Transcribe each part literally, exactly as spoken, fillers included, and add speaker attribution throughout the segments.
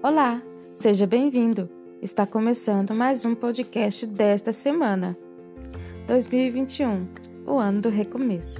Speaker 1: Olá, seja bem-vindo. Está começando mais um podcast desta semana. dois mil e vinte e um, o ano do recomeço.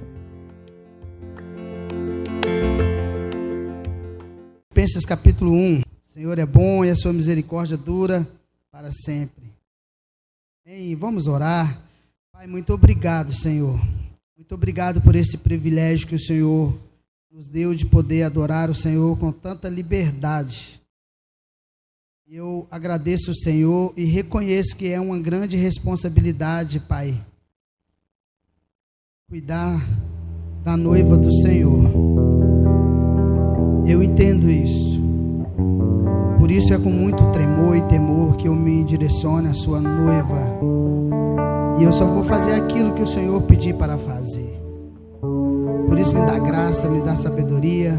Speaker 2: Filipenses capítulo um. O Senhor é bom e a sua misericórdia dura para sempre. E vamos orar. Pai, muito obrigado, Senhor. Muito obrigado por esse privilégio que o Senhor nos deu de poder adorar o Senhor com tanta liberdade. Eu agradeço o Senhor e reconheço que é uma grande responsabilidade, Pai, cuidar da noiva do Senhor. Eu entendo isso. Por isso é com muito tremor e temor que eu me direciono à sua noiva. E eu só vou fazer aquilo que o Senhor pedir para fazer. Por isso me dá graça, me dá sabedoria.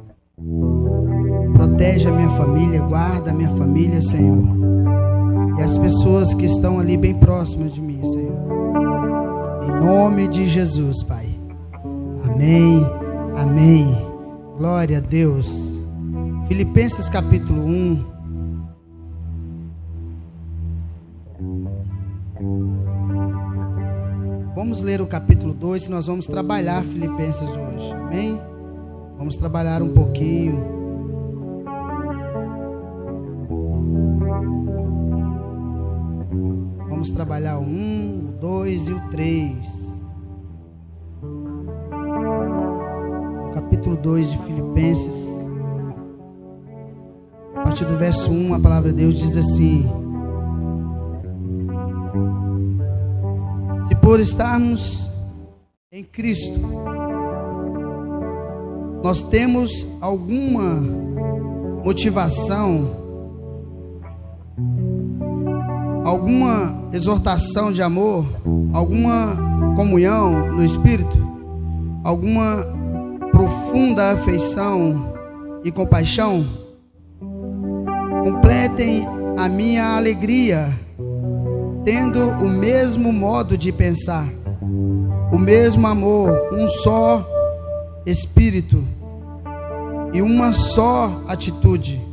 Speaker 2: Protege a minha família, guarda a minha família, Senhor. E as pessoas que estão ali bem próximas de mim, Senhor. Em nome de Jesus, Pai. Amém, amém. Glória a Deus. Filipenses capítulo um. Vamos ler o capítulo dois, que nós vamos trabalhar Filipenses hoje. Amém? Vamos trabalhar um pouquinho. Vamos trabalhar o um, o dois e o três. O capítulo dois de Filipenses. A partir do verso um, a palavra de Deus diz assim: se por estarmos em Cristo, nós temos alguma motivação, alguma exortação de amor, alguma comunhão no Espírito, alguma profunda afeição e compaixão, completem a minha alegria, tendo o mesmo modo de pensar, o mesmo amor, um só Espírito e uma só atitude.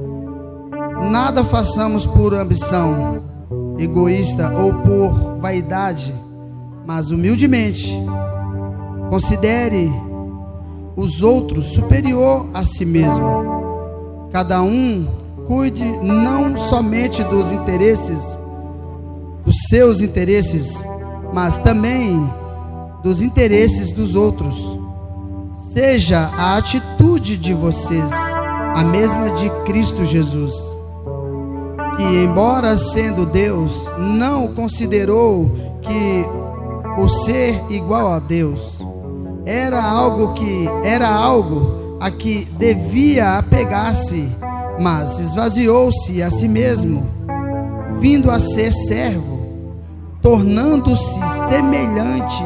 Speaker 2: Nada façamos por ambição egoísta ou por vaidade, mas humildemente considere os outros superior a si mesmo. Cada um cuide não somente dos interesses, dos seus interesses, mas também dos interesses dos outros. Seja a atitude de vocês a mesma de Cristo Jesus, que, embora sendo Deus, não considerou que o ser igual a Deus era algo que era algo a que devia apegar-se, mas esvaziou-se a si mesmo, vindo a ser servo, tornando-se semelhante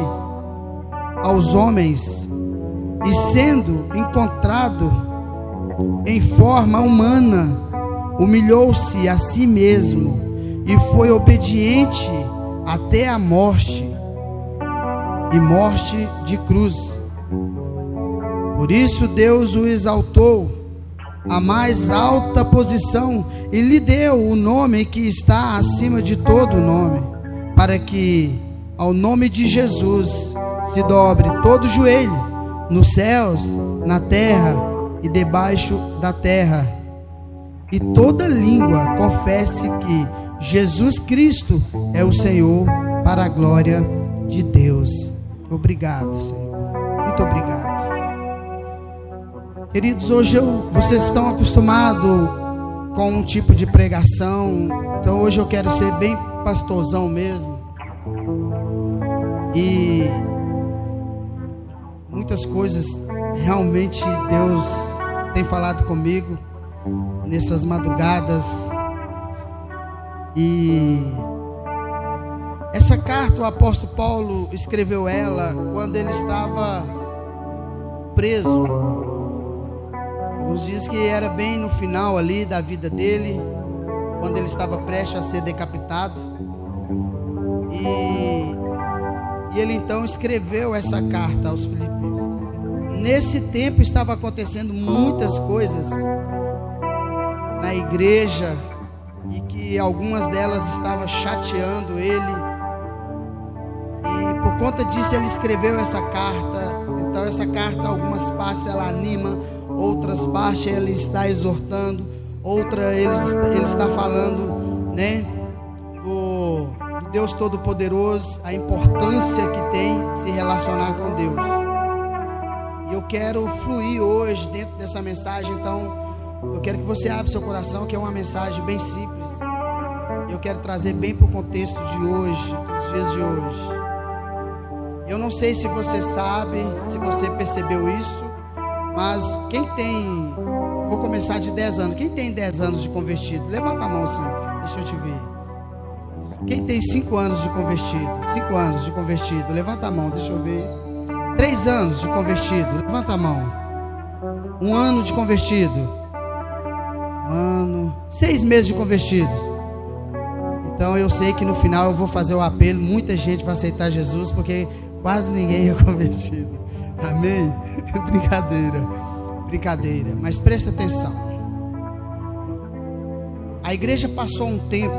Speaker 2: aos homens, e sendo encontrado em forma humana, humilhou-se a si mesmo e foi obediente até a morte, e morte de cruz. Por isso Deus o exaltou à mais alta posição e lhe deu o nome que está acima de todo nome, para que ao nome de Jesus se dobre todo joelho, nos céus, na terra e debaixo da terra, e toda língua confesse que Jesus Cristo é o Senhor, para a glória de Deus. Obrigado, Senhor. Muito obrigado. Queridos, hoje eu, vocês estão acostumados com um tipo de pregação, então hoje eu quero ser bem pastorzão mesmo. E muitas coisas realmente Deus tem falado comigo nessas madrugadas. E essa carta o apóstolo Paulo escreveu ela quando ele estava preso. Alguns dizem que era bem no final ali da vida dele, quando ele estava prestes a ser decapitado. E, e ele então escreveu essa carta aos Filipenses. Nesse tempo estava acontecendo muitas coisas na igreja e que algumas delas estavam chateando ele. E por conta disso ele escreveu essa carta. Então essa carta, algumas partes ela anima, outras partes ele está exortando, outra ele, ele está falando, né, do, do Deus Todo-Poderoso, a importância que tem se relacionar com Deus. E eu quero fluir hoje dentro dessa mensagem. Então eu quero que você abra seu coração, que é uma mensagem bem simples. Eu quero trazer bem para o contexto de hoje, dos dias de hoje. Eu não sei se você sabe, se você percebeu isso, mas quem tem, vou começar de dez anos, quem tem dez anos de convertido? Levanta a mão assim, deixa eu te ver. Quem tem cinco anos de convertido? cinco anos de convertido, levanta a mão, deixa eu ver. três anos de convertido, levanta a mão. Um ano de convertido. Um ano, seis meses de convertido. Então eu sei que no final eu vou fazer o apelo, muita gente vai aceitar Jesus, porque quase ninguém é convertido. Amém? Brincadeira, brincadeira. Mas presta atenção. A igreja passou um tempo,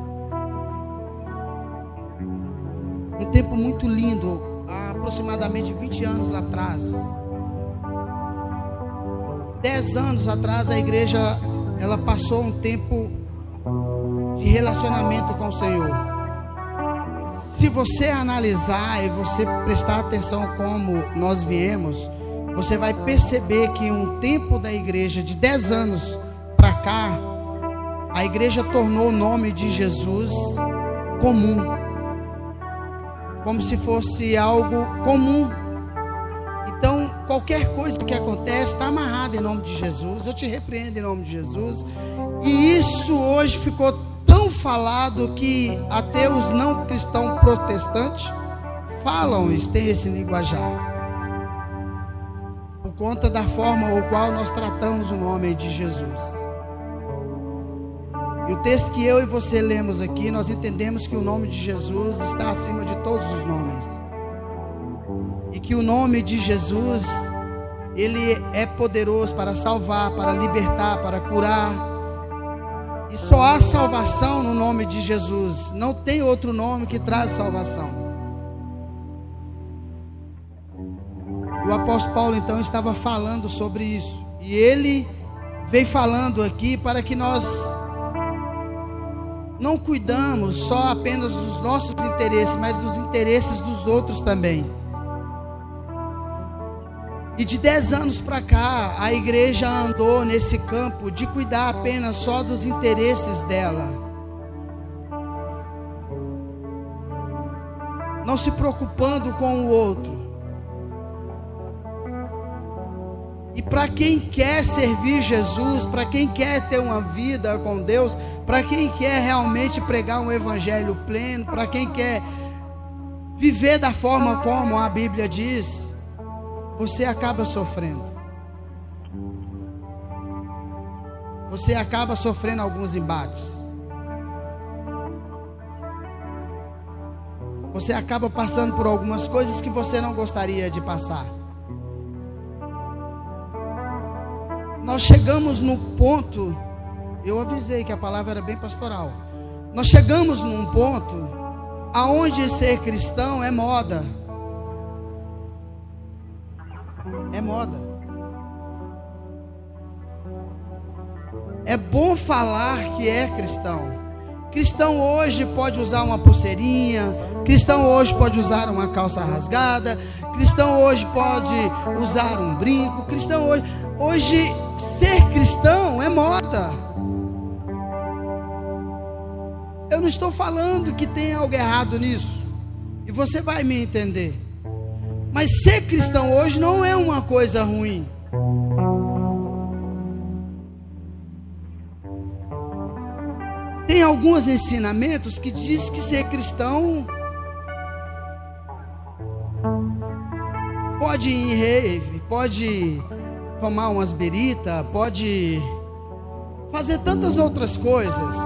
Speaker 2: um tempo muito lindo, há aproximadamente vinte anos atrás. dez anos atrás a igreja, ela passou um tempo de relacionamento com o Senhor. Se você analisar e você prestar atenção como nós viemos, você vai perceber que um tempo da igreja, de dez anos para cá, a igreja tornou o nome de Jesus comum, como se fosse algo comum. Então qualquer coisa que acontece está amarrada em nome de Jesus. Eu te repreendo em nome de Jesus. E isso hoje ficou tão falado que até os não cristãos protestantes falam isso, tem esse linguajar, por conta da forma com qual nós tratamos o nome de Jesus. E o texto que eu e você lemos aqui, nós entendemos que o nome de Jesus está acima de todos os nomes, e que o nome de Jesus, ele é poderoso para salvar, para libertar, para curar. E só há salvação no nome de Jesus. Não tem outro nome que traz salvação. E o apóstolo Paulo então estava falando sobre isso. E ele vem falando aqui para que nós não cuidamos só apenas dos nossos interesses, mas dos interesses dos outros também. E de dez anos para cá, a igreja andou nesse campo de cuidar apenas só dos interesses dela. Não se preocupando com o outro. E para quem quer servir Jesus, para quem quer ter uma vida com Deus, para quem quer realmente pregar um evangelho pleno, para quem quer viver da forma como a Bíblia diz, você acaba sofrendo. Você acaba sofrendo alguns embates. Você acaba passando por algumas coisas que você não gostaria de passar. Nós chegamos no ponto, eu avisei que a palavra era bem pastoral. Nós chegamos num ponto aonde ser cristão é moda. É moda. É bom falar que é cristão. Cristão hoje pode usar uma pulseirinha. Cristão hoje pode usar uma calça rasgada. Cristão hoje pode usar um brinco. Cristão hoje... Hoje ser cristão é moda. Eu não estou falando que tem algo errado nisso. E você vai me entender. Mas ser cristão hoje não é uma coisa ruim. Tem alguns ensinamentos que diz que ser cristão pode ir em rave, pode tomar umas biritas, pode fazer tantas outras coisas.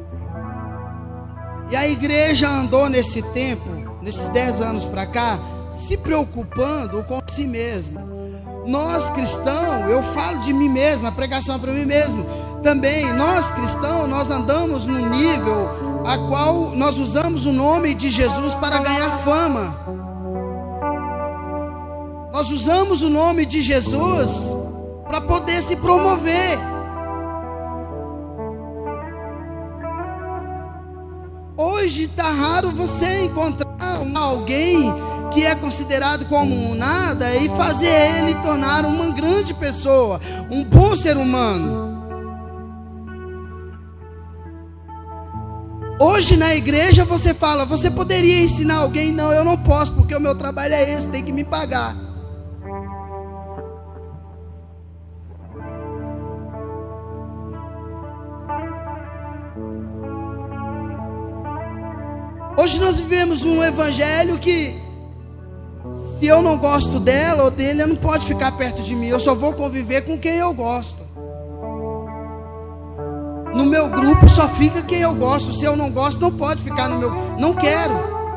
Speaker 2: E a igreja andou nesse tempo, nesses dez anos para cá, se preocupando com si mesmo. Nós cristãos, eu falo de mim mesmo, a pregação é para mim mesmo também. Nós cristãos, nós andamos no nível a qual nós usamos o nome de Jesus para ganhar fama. Nós usamos o nome de Jesus para poder se promover. Hoje está raro você encontrar alguém que é considerado como um nada e fazer ele tornar uma grande pessoa, um bom ser humano. Hoje na igreja você fala, você poderia ensinar alguém? Não, eu não posso, porque o meu trabalho é esse, tem que me pagar. Hoje nós vivemos um evangelho que, se eu não gosto dela ou dele, ela não pode ficar perto de mim. Eu só vou conviver com quem eu gosto. No meu grupo só fica quem eu gosto. Se eu não gosto, não pode ficar no meu. Não quero.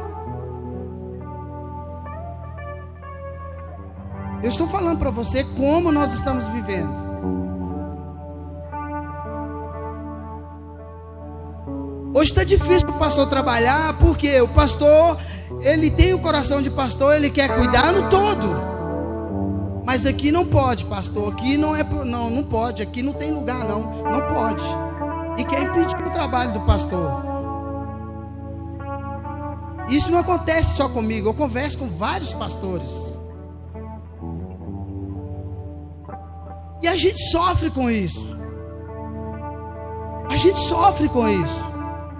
Speaker 2: Eu estou falando para você como nós estamos vivendo. Hoje está difícil o pastor trabalhar, porque o pastor, ele tem o coração de pastor, ele quer cuidar no todo. Mas aqui não pode, pastor, aqui não é, não, não pode, aqui não tem lugar não, não pode. E quer impedir o trabalho do pastor. Isso não acontece só comigo, eu converso com vários pastores. E a gente sofre com isso. A gente sofre com isso.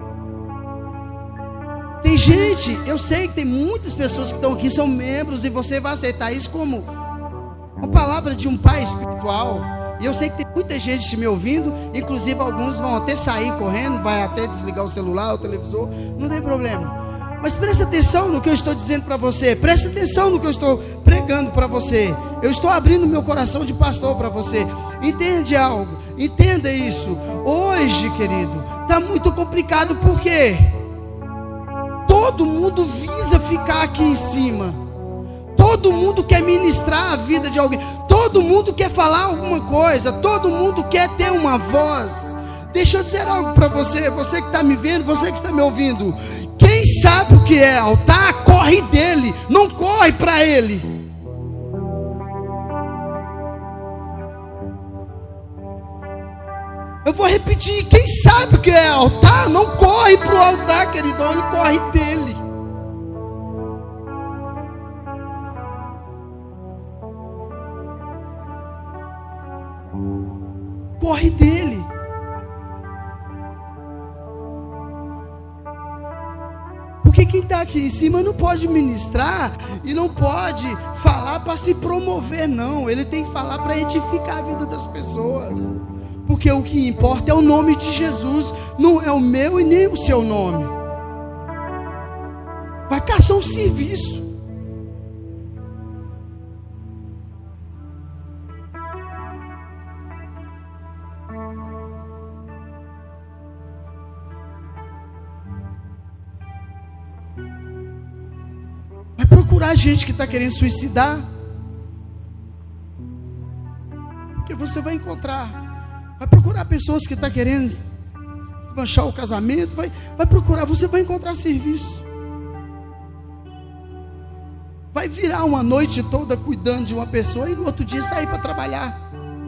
Speaker 2: Tem gente, eu sei que tem muitas pessoas que estão aqui, são membros, e você vai aceitar isso como uma palavra de um pai espiritual. E eu sei que tem muita gente me ouvindo, inclusive alguns vão até sair correndo, vai até desligar o celular, o televisor, não tem problema. Mas presta atenção no que eu estou dizendo para você, presta atenção no que eu estou pregando para você. Eu estou abrindo meu coração de pastor para você. Entende algo? Entenda isso. Hoje, querido, está muito complicado, porque todo mundo visa ficar aqui em cima. Todo mundo quer ministrar a vida de alguém. Todo mundo quer falar alguma coisa. Todo mundo quer ter uma voz. Deixa eu dizer algo para você. Você que está me vendo, você que está me ouvindo. Quem sabe o que é altar, corre dele. Não corre para ele. Eu vou repetir, quem sabe o que é altar, não corre para o altar, queridão, ele corre dele. Corre dele. Porque quem está aqui em cima não pode ministrar e não pode falar para se promover, não. Ele tem que falar para edificar a vida das pessoas. Porque o que importa é o nome de Jesus, não é o meu e nem o seu nome. Vai caçar um serviço. Vai procurar gente que está querendo suicidar. Porque você vai encontrar. Vai procurar pessoas que estão querendo desmanchar o casamento. Vai, vai procurar, você vai encontrar serviço. Vai virar uma noite toda cuidando de uma pessoa e no outro dia sair para trabalhar.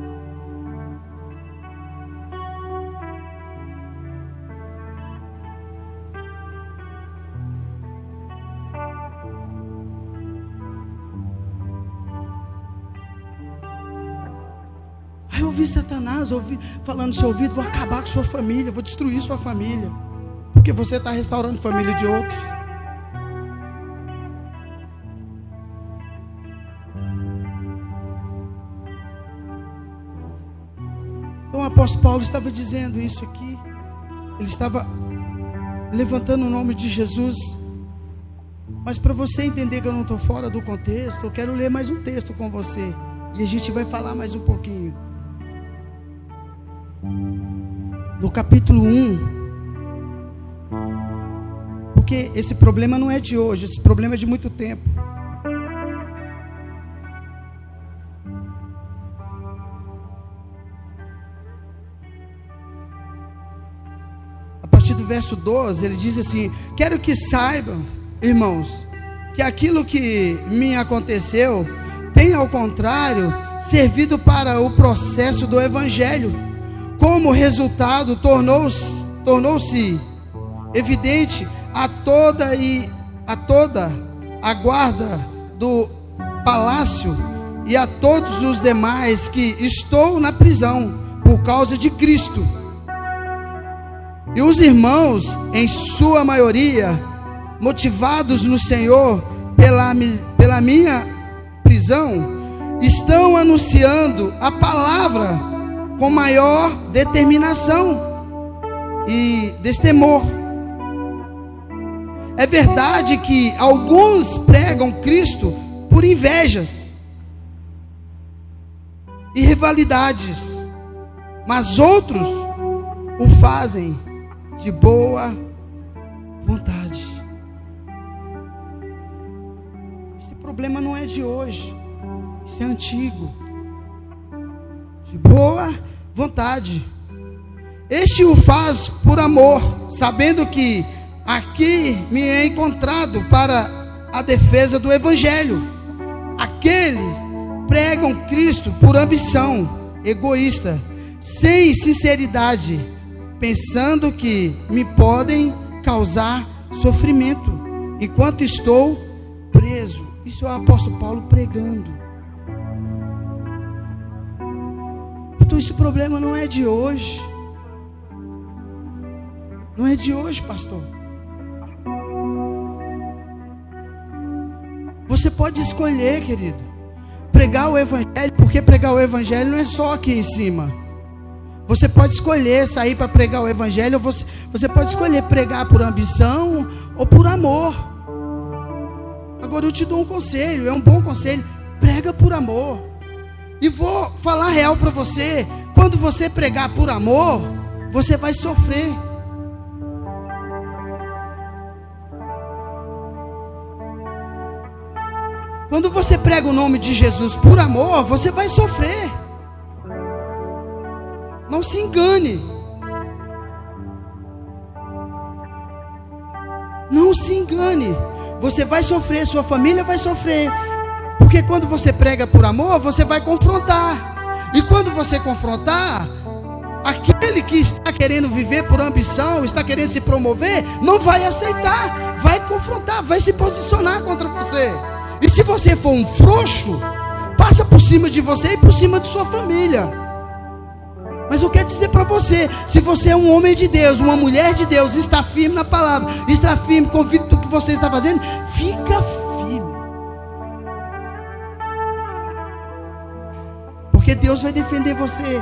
Speaker 2: Eu ouvi Satanás ouvi, falando no seu ouvido: vou acabar com sua família, vou destruir sua família, porque você está restaurando a família de outros. Então o apóstolo Paulo estava dizendo isso aqui. Ele estava levantando o nome de Jesus. Mas para você entender que eu não estou fora do contexto, eu quero ler mais um texto com você, e a gente vai falar mais um pouquinho. No capítulo um, porque esse problema não é de hoje, esse problema é de muito tempo. verso doze, ele diz assim: quero que saibam, irmãos, que aquilo que me aconteceu tem, ao contrário, servido para o processo do Evangelho. Como resultado, tornou-se, tornou-se evidente a toda e a toda a guarda do palácio e a todos os demais que estou na prisão por causa de Cristo. E os irmãos, em sua maioria, motivados no Senhor pela, pela minha prisão, estão anunciando a palavra com maior determinação e destemor. É verdade que alguns pregam Cristo por invejas e rivalidades, mas outros o fazem de boa vontade. Esse problema não é de hoje, isso é antigo. De boa vontade. Este o faz por amor, sabendo que aqui me é encontrado para a defesa do Evangelho. Aqueles pregam Cristo por ambição egoísta, sem sinceridade, pensando que me podem causar sofrimento enquanto estou preso. Isso é o apóstolo Paulo pregando. Então esse problema não é de hoje. Não é de hoje, pastor. Você pode escolher, querido, pregar o Evangelho, porque pregar o Evangelho não é só aqui em cima. Você pode escolher sair para pregar o Evangelho, ou você, você pode escolher pregar por ambição ou por amor. Agora eu te dou um conselho, é um bom conselho: prega por amor. E vou falar real para você: quando você pregar por amor, você vai sofrer. Quando você prega o nome de Jesus por amor, você vai sofrer. Não se engane. Não se engane. Você vai sofrer, sua família vai sofrer. Porque quando você prega por amor, você vai confrontar. E quando você confrontar, aquele que está querendo viver por ambição, está querendo se promover, não vai aceitar. Vai confrontar, vai se posicionar contra você. E se você for um frouxo, passa por cima de você e por cima de sua família. Mas eu quero dizer para você: se você é um homem de Deus, uma mulher de Deus, está firme na palavra, está firme, convicto do que você está fazendo, fica firme. Porque Deus vai defender você.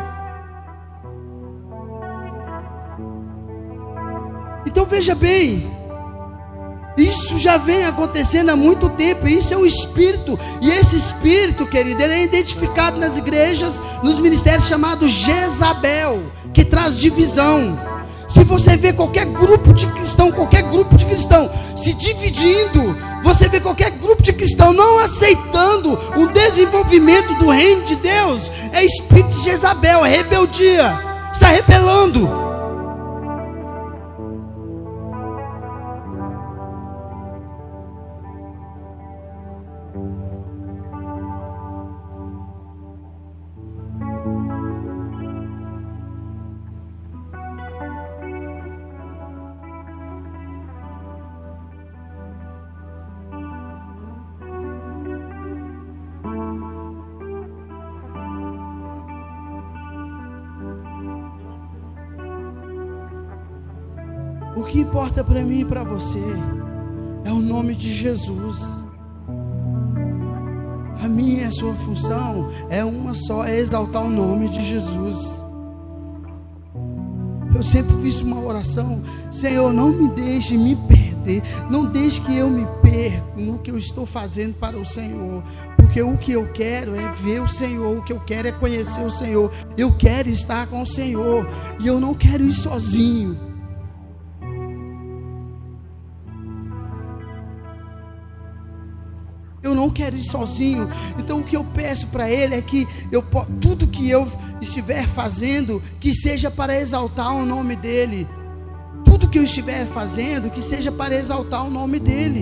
Speaker 2: Então veja bem, isso já vem acontecendo há muito tempo. Isso é um espírito. E esse espírito, querido, ele é identificado nas igrejas, nos ministérios, chamado Jezabel, que traz divisão. Se você vê qualquer grupo de cristão, qualquer grupo de cristão se dividindo, você vê qualquer grupo de cristão não aceitando o desenvolvimento do reino de Deus, é espírito de Jezabel, é rebeldia, está rebelando. O que importa para mim e para você é o nome de Jesus. A minha e a sua função é uma só, é exaltar o nome de Jesus. Eu sempre fiz uma oração: Senhor, não me deixe me perder, não deixe que eu me perca no que eu estou fazendo para o Senhor, porque o que eu quero é ver o Senhor, o que eu quero é conhecer o Senhor, eu quero estar com o Senhor, e eu não quero ir sozinho. Eu não quero ir sozinho. Então o que eu peço para Ele é que eu, tudo que eu estiver fazendo, que seja para exaltar o nome dEle. Tudo que eu estiver fazendo, que seja para exaltar o nome dele.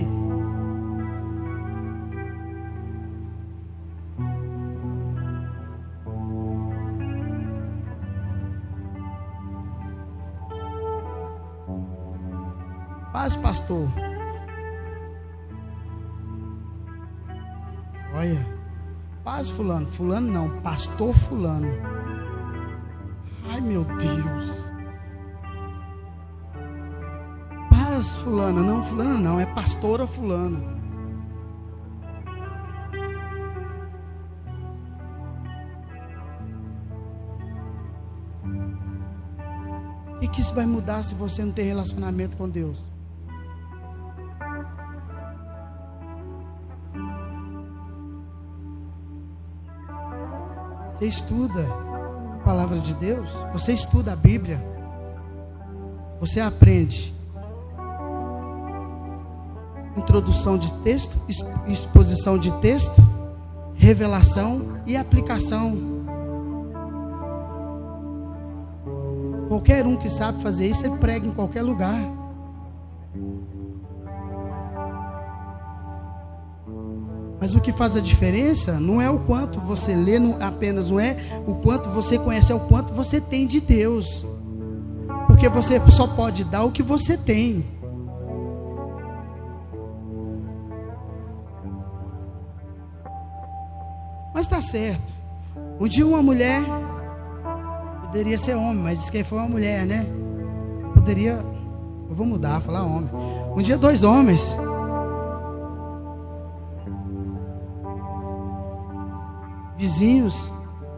Speaker 2: Paz, pastor. Olha, paz, fulano. Fulano não, pastor fulano. Ai, meu Deus. Paz, fulana. Não, fulana não, é pastora fulano. O que, que isso vai mudar se você não tem relacionamento com Deus? Você estuda a palavra de Deus, você estuda a Bíblia, você aprende introdução de texto, exposição de texto, revelação e aplicação. Qualquer um que sabe fazer isso, ele prega em qualquer lugar. Mas o que faz a diferença não é o quanto você lê, não, apenas não é o quanto você conhece, é o quanto você tem de Deus. Porque você só pode dar o que você tem. Mas está certo. Um dia uma mulher, poderia ser homem, mas quem foi uma mulher, né? Poderia, eu vou mudar, falar homem. Um dia dois homens vizinhos,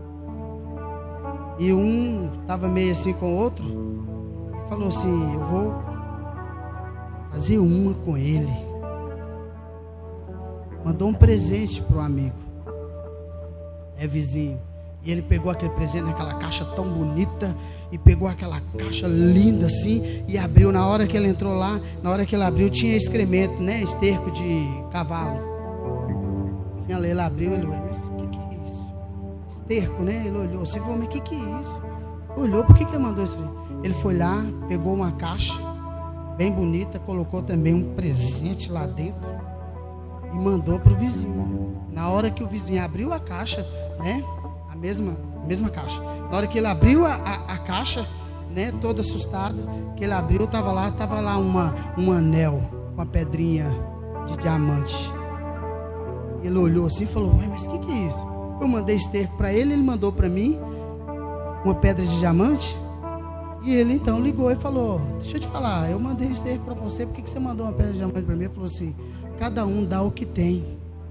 Speaker 2: e um estava meio assim com o outro, e falou assim: eu vou fazer uma com ele. Mandou um presente para o amigo, é vizinho, e ele pegou aquele presente naquela caixa tão bonita, e pegou aquela caixa linda assim, e abriu. Na hora que ele entrou lá, na hora que ele abriu, tinha excremento, né, esterco de cavalo. Tinha lá, ele abriu, ele olhou, mas esterco, né? Ele olhou, você falou, mas o que, que é isso? Olhou, por que, que ele mandou isso? Ele foi lá, pegou uma caixa bem bonita, colocou também um presente lá dentro e mandou para o vizinho. Na hora que o vizinho abriu a caixa, né? A mesma, a mesma caixa. Na hora que ele abriu a, a, a caixa, né? Todo assustado, que ele abriu, estava lá, estava lá uma, um anel, uma pedrinha de diamante. Ele olhou assim e falou, mas o que, que é isso? Eu mandei esterco para ele, ele mandou para mim uma pedra de diamante. E ele então ligou e falou, deixa eu te falar, eu mandei esterco para você, por que, que você mandou uma pedra de diamante para mim? Ele falou assim, cada um dá o que tem.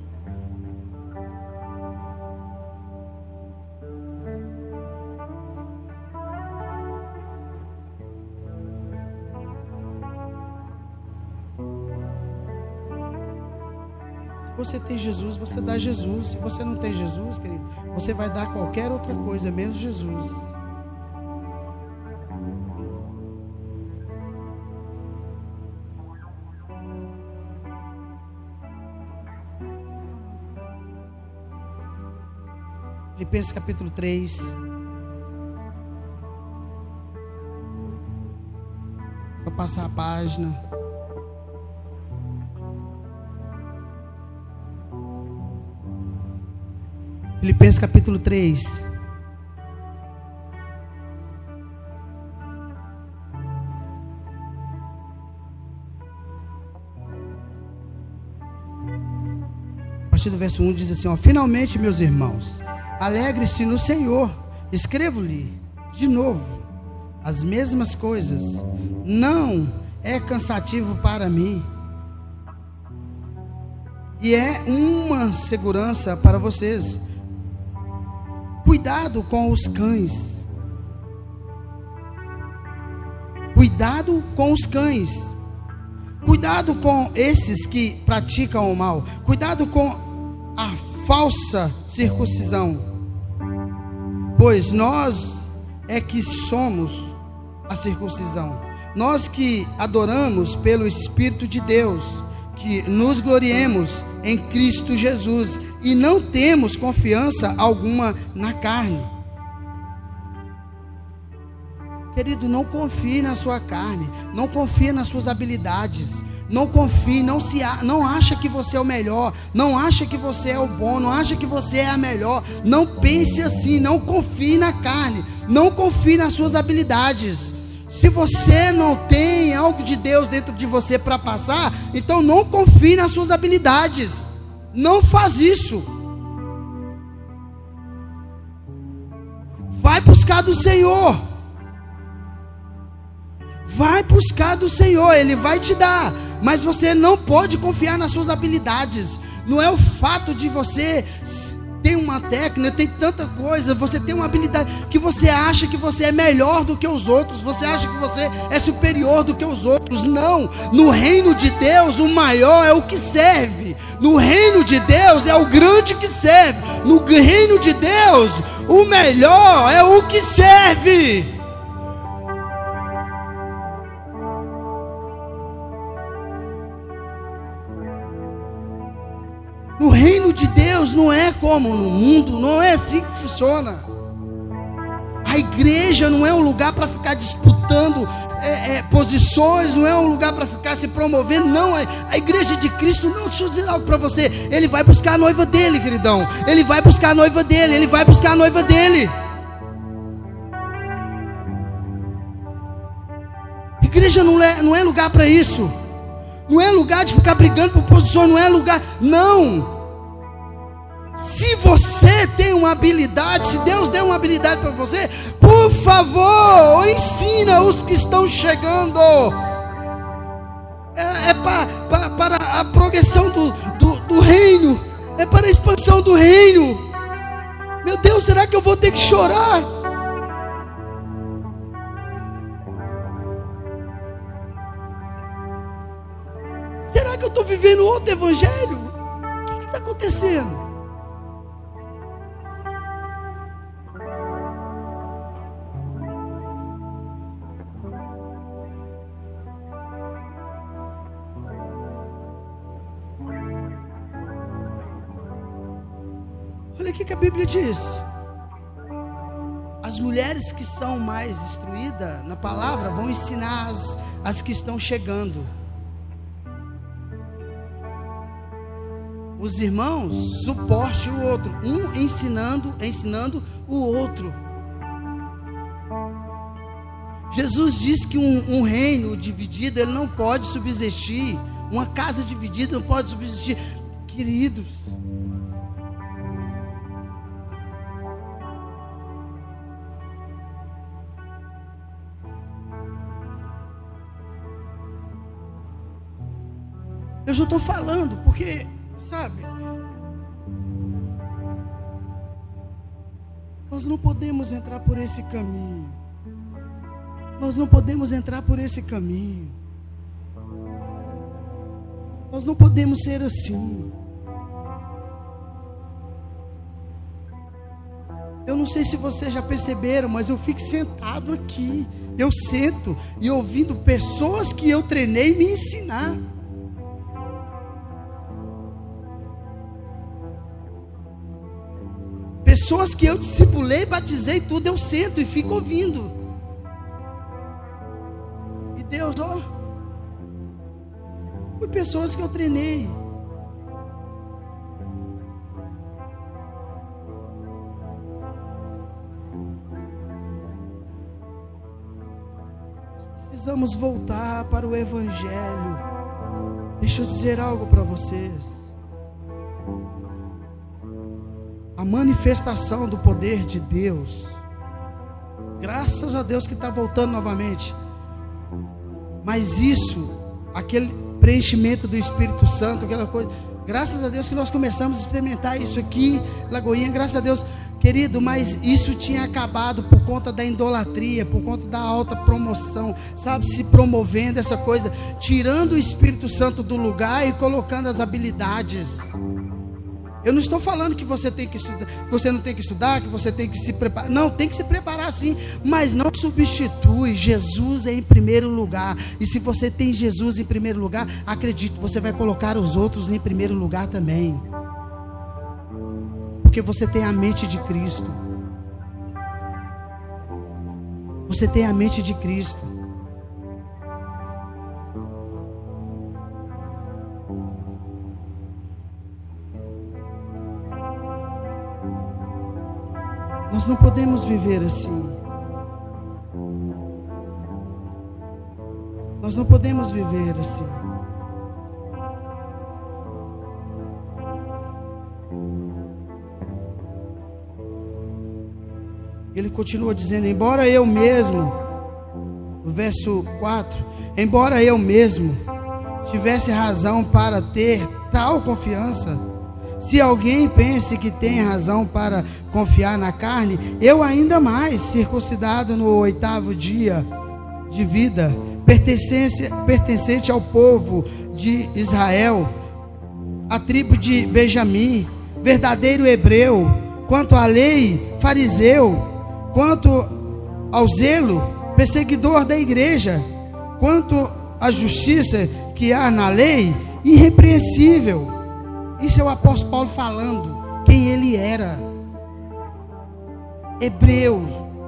Speaker 2: Você tem Jesus, você dá Jesus. Se você não tem Jesus, querido, você vai dar qualquer outra coisa, menos Jesus. Filipenses capítulo três. Vou passar a página. Filipenses capítulo três. A partir do verso um diz assim, ó, finalmente, meus irmãos, alegre-se no Senhor. Escrevo-lhe de novo as mesmas coisas. Não é cansativo para mim. E é uma segurança para vocês. Cuidado com os cães. Cuidado com os cães. Cuidado com esses que praticam o mal. Cuidado com a falsa circuncisão. Pois nós é que somos a circuncisão. Nós que adoramos pelo Espírito de Deus, que nos gloriemos em Cristo Jesus e não temos confiança alguma na carne. Querido, não confie na sua carne, não confie nas suas habilidades, não confie, não, se, não acha que você é o melhor, não acha que você é o bom, não acha que você é a melhor, não pense assim, não confie na carne, não confie nas suas habilidades. Se você não tem algo de Deus dentro de você para passar, então não confie nas suas habilidades, não faz isso. Vai buscar do Senhor, vai buscar do Senhor, Ele vai te dar, mas você não pode confiar nas suas habilidades. Não é o fato de você ter uma técnica, tem tanta coisa, você tem uma habilidade, que você acha que você é melhor do que os outros, você acha que você é superior do que os outros. Não, no reino de Deus o maior é o que serve, no reino de Deus é o grande que serve, no reino de Deus o melhor é o que serve. No reino de Deus não é como no mundo, não é assim que funciona. A igreja não é um lugar para ficar disputando é, é, posições, não é um lugar para ficar se promovendo, não. A igreja de Cristo, não, deixa eu dizer algo para você, Ele vai buscar a noiva dele, queridão, Ele vai buscar a noiva dele, Ele vai buscar a noiva dele. Igreja não é, não é lugar para isso. Não é lugar de ficar brigando por posições, não é lugar, não. Se você tem uma habilidade, se Deus deu uma habilidade para você, por favor, ensina os que estão chegando. É, é pra, pra, para a progressão do, do, do reino, é para a expansão do reino. Meu Deus, será que eu vou ter que chorar? Será que eu estou vivendo outro evangelho? O que está acontecendo? Olha o que a Bíblia diz. As mulheres que são mais instruídas na palavra vão ensinar as, as que estão chegando. Os irmãos suporte o outro, um ensinando, ensinando o outro. Jesus disse que um, um reino dividido, ele não pode subsistir. Uma casa dividida não pode subsistir. Queridos, eu já estou falando porque, sabe, nós não podemos entrar por esse caminho. Nós não podemos entrar por esse caminho. Nós não podemos ser assim. Eu não sei se vocês já perceberam, mas eu fico sentado aqui. Eu sento e ouvindo pessoas que eu treinei me ensinar. Pessoas que eu discipulei, batizei tudo, eu sento e fico ouvindo. E Deus, ó, foi pessoas que eu treinei. Precisamos voltar para o Evangelho. Deixa eu dizer algo para vocês. A manifestação do poder de Deus, graças a Deus que está voltando novamente. Mas isso, aquele preenchimento do Espírito Santo, aquela coisa, graças a Deus que nós começamos a experimentar isso aqui, Lagoinha, graças a Deus, querido, mas isso tinha acabado por conta da idolatria, por conta da alta promoção, sabe, se promovendo essa coisa, tirando o Espírito Santo do lugar e colocando as habilidades. Eu não estou falando que você tem que estudar, que você não tem que estudar, que você tem que se preparar. Não, tem que se preparar sim, mas não substitui. Jesus é em primeiro lugar. E se você tem Jesus em primeiro lugar, acredite, você vai colocar os outros em primeiro lugar também. Porque você tem a mente de Cristo. Você tem a mente de Cristo. Nós não podemos viver assim. Nós não podemos viver assim. Ele continua dizendo, embora eu mesmo, no verso quatro, embora eu mesmo tivesse razão para ter tal confiança, se alguém pense que tem razão para confiar na carne, eu ainda mais, circuncidado no oitavo dia de vida, pertencente, pertencente ao povo de Israel, a tribo de Benjamim, verdadeiro hebreu, quanto à lei, fariseu, quanto ao zelo, perseguidor da igreja, quanto à justiça que há na lei, irrepreensível. Isso é o apóstolo Paulo falando quem ele era. Hebreu,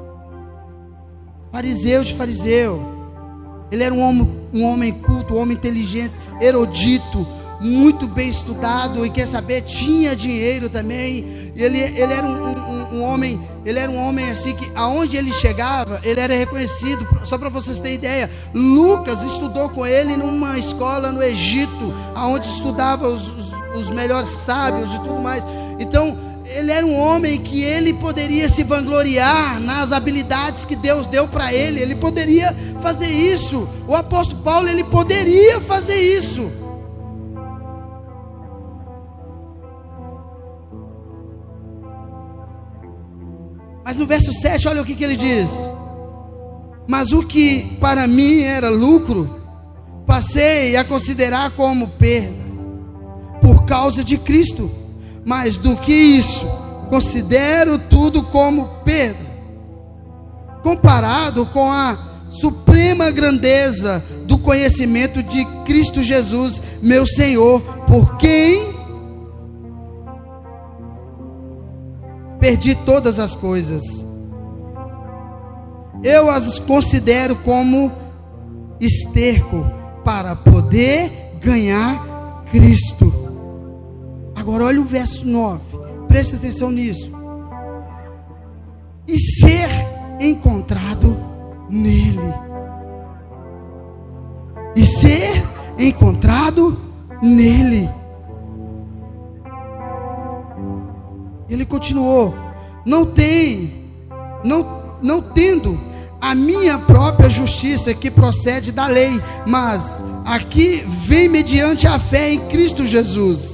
Speaker 2: fariseu de fariseu. Ele era um homem, um homem culto, um homem inteligente, erudito, muito bem estudado, e quer saber, tinha dinheiro também. Ele, ele era um, um, um homem, ele era um homem assim que aonde ele chegava, ele era reconhecido. Só para vocês terem ideia, Lucas estudou com ele numa escola no Egito, aonde estudava os, os, os melhores sábios e tudo mais. Então, ele era um homem que ele poderia se vangloriar nas habilidades que Deus deu para ele. Ele poderia fazer isso. O apóstolo Paulo, ele poderia fazer isso. Mas no verso sete, olha o que, que ele diz. Mas o que para mim era lucro, passei a considerar como perda, por causa de Cristo. Mais do que isso, considero tudo como perda, comparado com a suprema grandeza do conhecimento de Cristo Jesus, meu Senhor, por quem perdi todas as coisas. Eu as considero como esterco para poder ganhar Cristo. Agora olha o verso nove, preste atenção nisso. E ser encontrado nele. E ser encontrado nele. Ele continuou, não tem, não, não tendo a minha própria justiça que procede da lei, mas aqui vem mediante a fé em Cristo Jesus.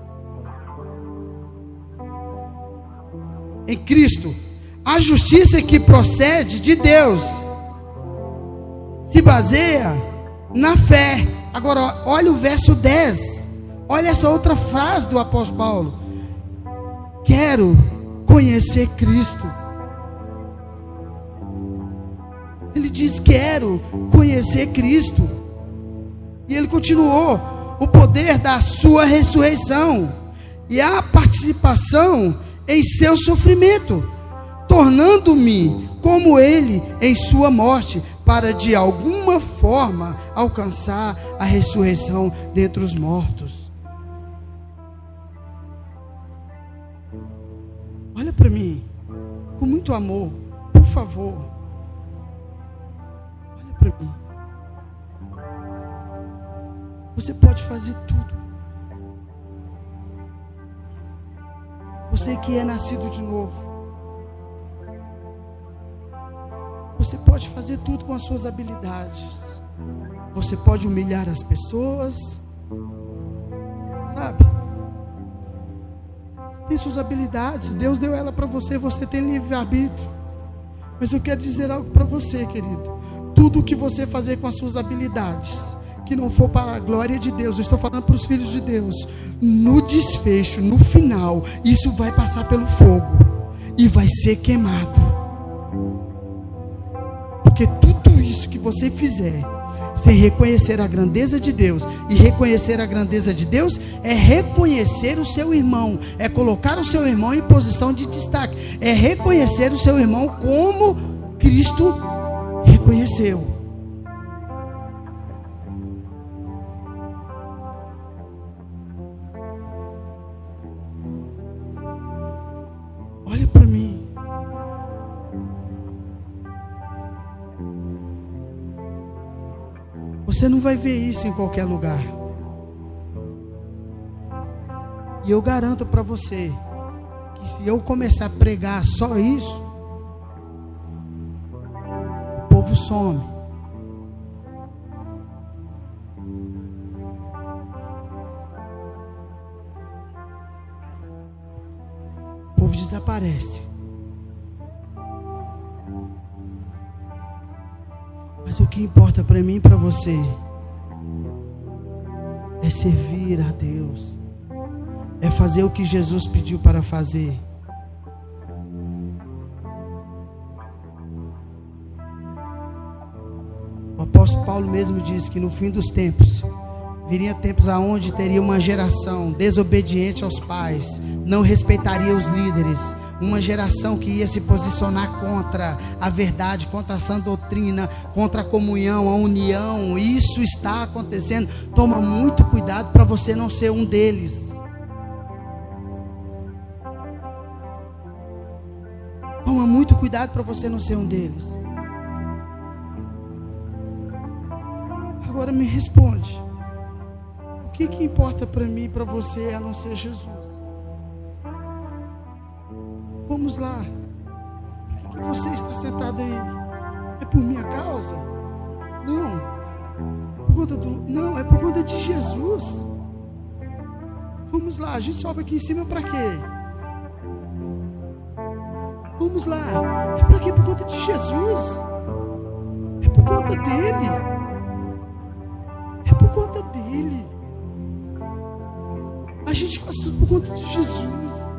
Speaker 2: Em Cristo, a justiça que procede de Deus se baseia na fé. Agora, olha o verso dez, olha essa outra frase do apóstolo Paulo: quero conhecer Cristo. Ele diz: quero conhecer Cristo. E ele continuou: o poder da sua ressurreição e a participação em seu sofrimento, tornando-me como ele em sua morte, para de alguma forma alcançar a ressurreição dentre os mortos. Olha para mim, com muito amor, por favor. Olha para mim. Você pode fazer tudo. Você que é nascido de novo, você pode fazer tudo com as suas habilidades. Você pode humilhar as pessoas, sabe? Você tem suas habilidades, Deus deu ela para você, você tem livre-arbítrio. Mas eu quero dizer algo para você, querido. Tudo o que você fazer com as suas habilidades, que não for para a glória de Deus, eu estou falando para os filhos de Deus, no desfecho, no final, isso vai passar pelo fogo e vai ser queimado. Porque tudo isso que você fizer sem reconhecer a grandeza de Deus, e reconhecer a grandeza de Deus é reconhecer o seu irmão, é colocar o seu irmão em posição de destaque, é reconhecer o seu irmão como Cristo reconheceu. Olha para mim. Você não vai ver isso em qualquer lugar. E eu garanto para você que se eu começar a pregar só isso, o povo some. O povo desaparece. Mas o que importa para mim e para você é servir a Deus. É fazer o que Jesus pediu para fazer. O apóstolo Paulo mesmo disse que no fim dos tempos viria tempos aonde teria uma geração desobediente aos pais, não respeitaria os líderes, uma geração que ia se posicionar contra a verdade, contra a sã doutrina, contra a comunhão, a união. Isso está acontecendo. Toma muito cuidado para você não ser um deles. Toma muito cuidado para você não ser um deles. Agora me responde. O que que importa para mim e para você a não ser Jesus? Vamos lá. Por que você está sentado aí? É por minha causa? Não. Por conta do... Não, é por conta de Jesus. Vamos lá, a gente sobe aqui em cima para quê? Vamos lá. É para quê? Por conta de Jesus. É por conta dele. É por conta dele. A gente faz tudo por conta de Jesus.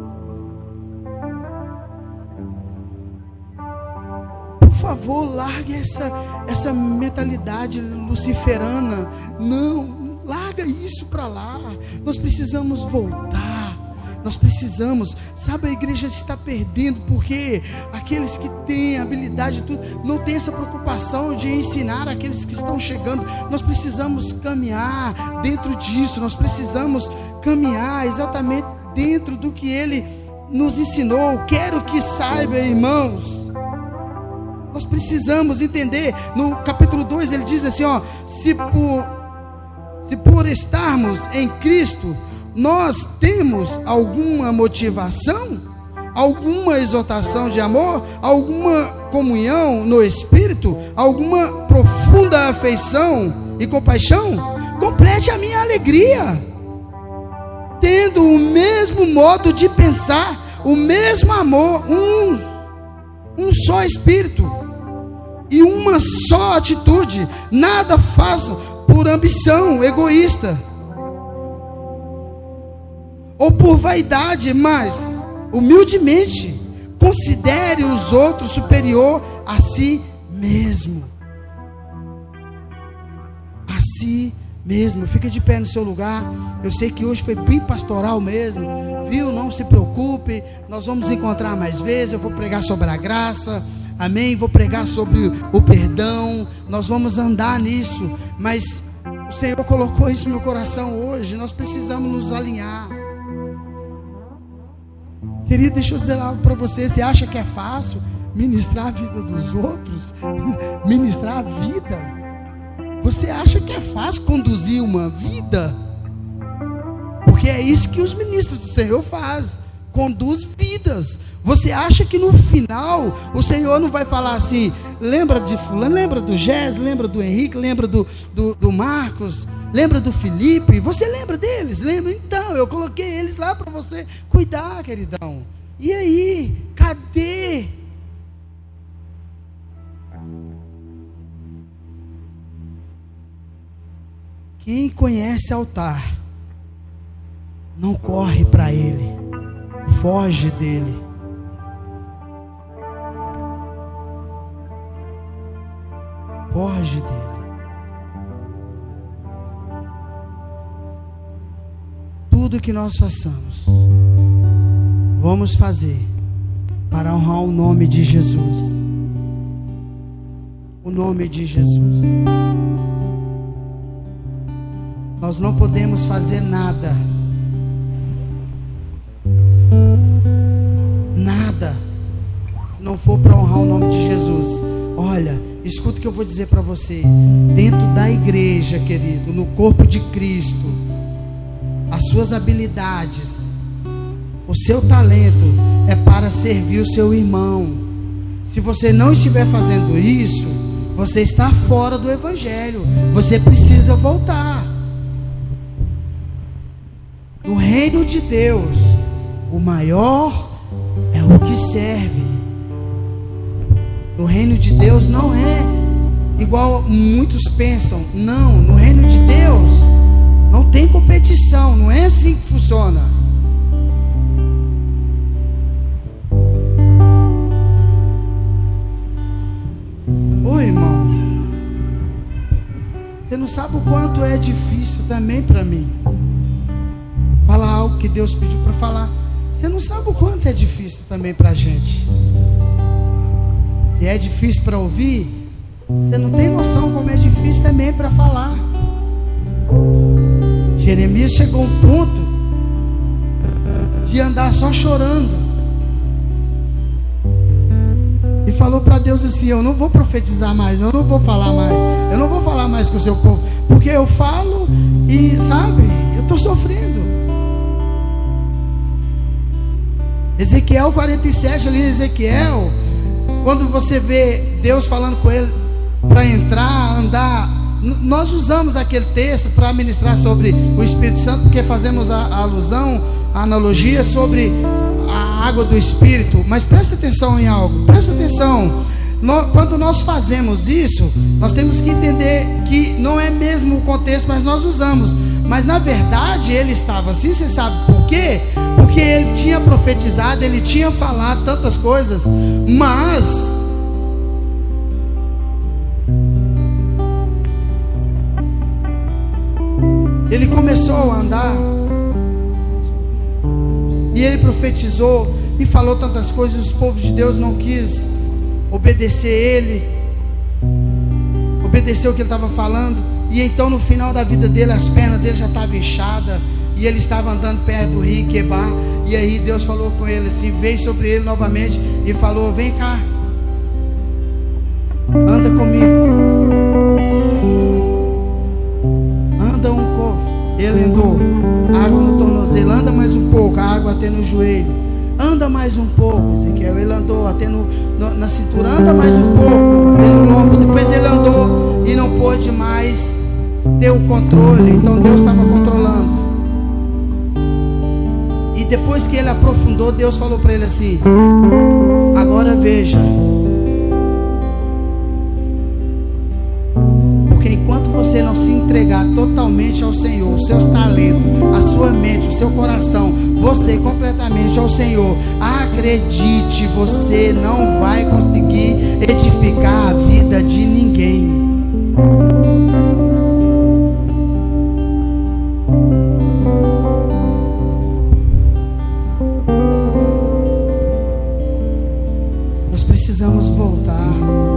Speaker 2: Por favor, largue essa, essa mentalidade luciferana. Não, larga isso para lá. Nós precisamos voltar. Nós precisamos, sabe, a igreja está perdendo, porque aqueles que têm habilidade tudo, não tem essa preocupação de ensinar aqueles que estão chegando. Nós precisamos caminhar dentro disso, nós precisamos caminhar exatamente dentro do que Ele nos ensinou. Quero que saiba, irmãos, nós precisamos entender. No capítulo dois ele diz assim, ó, se por, se por estarmos em Cristo, nós temos alguma motivação, alguma exortação de amor, alguma comunhão no Espírito, alguma profunda afeição e compaixão, complete a minha alegria, tendo o mesmo modo de pensar, o mesmo amor, um, um só Espírito e uma só atitude. Nada façam por ambição egoísta ou por vaidade, mas humildemente considere os outros superior a si mesmo. A si mesmo. Fica de pé no seu lugar. Eu sei que hoje foi bem pastoral mesmo, viu? Não se preocupe, nós vamos encontrar mais vezes. Eu vou pregar sobre a graça, amém? Vou pregar sobre o perdão. Nós vamos andar nisso, mas o Senhor colocou isso no meu coração hoje. Nós precisamos nos alinhar. Querido, deixa eu dizer algo para você. Você acha que é fácil ministrar a vida dos outros? Ministrar a vida? Você acha que é fácil conduzir uma vida? Porque é isso que os ministros do Senhor fazem. Conduz vidas. Você acha que no final o Senhor não vai falar assim: lembra de fulano, lembra do Gés, lembra do Henrique, lembra do, do, do Marcos, lembra do Felipe? Você lembra deles? Lembra? Então, eu coloquei eles lá para você cuidar, queridão. E aí, cadê? Quem conhece altar não corre para ele, foge dele. Foge dele. Tudo que nós façamos, vamos fazer para honrar o nome de Jesus. o nome de Jesus. Nós não podemos fazer nada, nada, se não for para honrar o nome de Jesus. Olha, escuta o que eu vou dizer para você. Dentro da igreja, querido, no corpo de Cristo, as suas habilidades, o seu talento é para servir o seu irmão. Se você não estiver fazendo isso, você está fora do evangelho. Você precisa voltar. No reino de Deus, o maior é o que serve. No reino de Deus não é igual muitos pensam. Não, no reino de Deus não tem competição. Não é assim que funciona. Oi, irmão. Você não sabe o quanto é difícil também para mim falar algo que Deus pediu para falar. Você não sabe o quanto é difícil também para a gente. Se é difícil para ouvir, você não tem noção como é difícil também para falar. Jeremias chegou a um ponto de andar só chorando e falou para Deus assim: eu não vou profetizar mais, eu não vou falar mais, eu não vou falar mais com o seu povo, porque eu falo e, sabe, eu estou sofrendo. Ezequiel quarenta e sete, ali em Ezequiel, quando você vê Deus falando com ele para entrar, andar, nós usamos aquele texto para ministrar sobre o Espírito Santo, porque fazemos a, a alusão, a analogia sobre a água do Espírito. Mas presta atenção em algo, presta atenção. No, quando nós fazemos isso, nós temos que entender que não é mesmo o contexto, mas nós usamos. Mas na verdade ele estava assim, você sabe por quê? Porque ele tinha profetizado, ele tinha falado tantas coisas, mas ele começou a andar e ele profetizou e falou tantas coisas, os povos de Deus não quis obedecer ele, obedeceu o que ele estava falando. E então no final da vida dele, as pernas dele já estavam inchadas, e ele estava andando perto do rio Quebar. E aí Deus falou com ele assim, veio sobre ele novamente e falou: vem cá, anda comigo, anda um pouco. Ele andou, água no tornozelo, anda mais um pouco, a água até no joelho, anda mais um pouco. Ezequiel, ele andou até no, no, na cintura, anda mais um pouco, até no lombo. Depois ele andou e não pôde mais ter o controle, então Deus estava controlando. E depois que ele aprofundou, Deus falou para ele assim: agora veja, porque enquanto você não se entregar totalmente ao Senhor, os seus talentos, a sua mente, o seu coração, você completamente ao Senhor, acredite, você não vai conseguir edificar a vida de ninguém. Precisamos voltar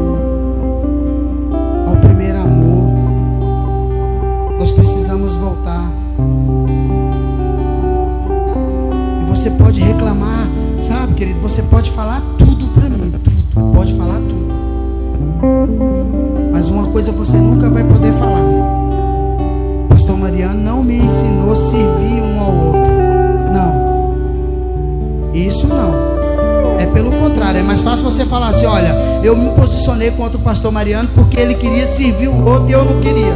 Speaker 2: ao primeiro amor. Nós precisamos voltar. E você pode reclamar, sabe, querido? Você pode falar tudo para mim, tudo, pode falar tudo. Mas uma coisa você nunca vai poder falar: Pastor Mariano não me ensinou a servir um ao outro. Não, isso não. É pelo contrário, é mais fácil você falar assim: olha, eu me posicionei contra o pastor Mariano porque ele queria servir o outro e eu não queria.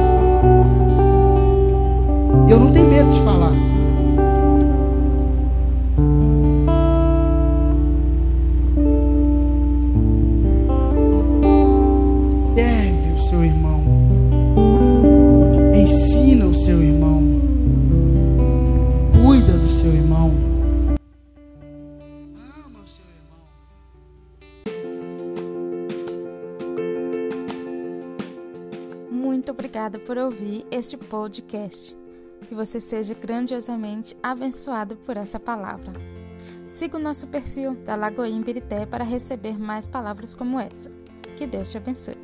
Speaker 2: Eu não tenho medo de falar. Serve o seu irmão, ensina o seu irmão, cuida do seu irmão.
Speaker 1: Muito obrigada por ouvir este podcast. Que você seja grandiosamente abençoado por essa palavra. Siga o nosso perfil da Lagoinha Ibirité para receber mais palavras como essa. Que Deus te abençoe.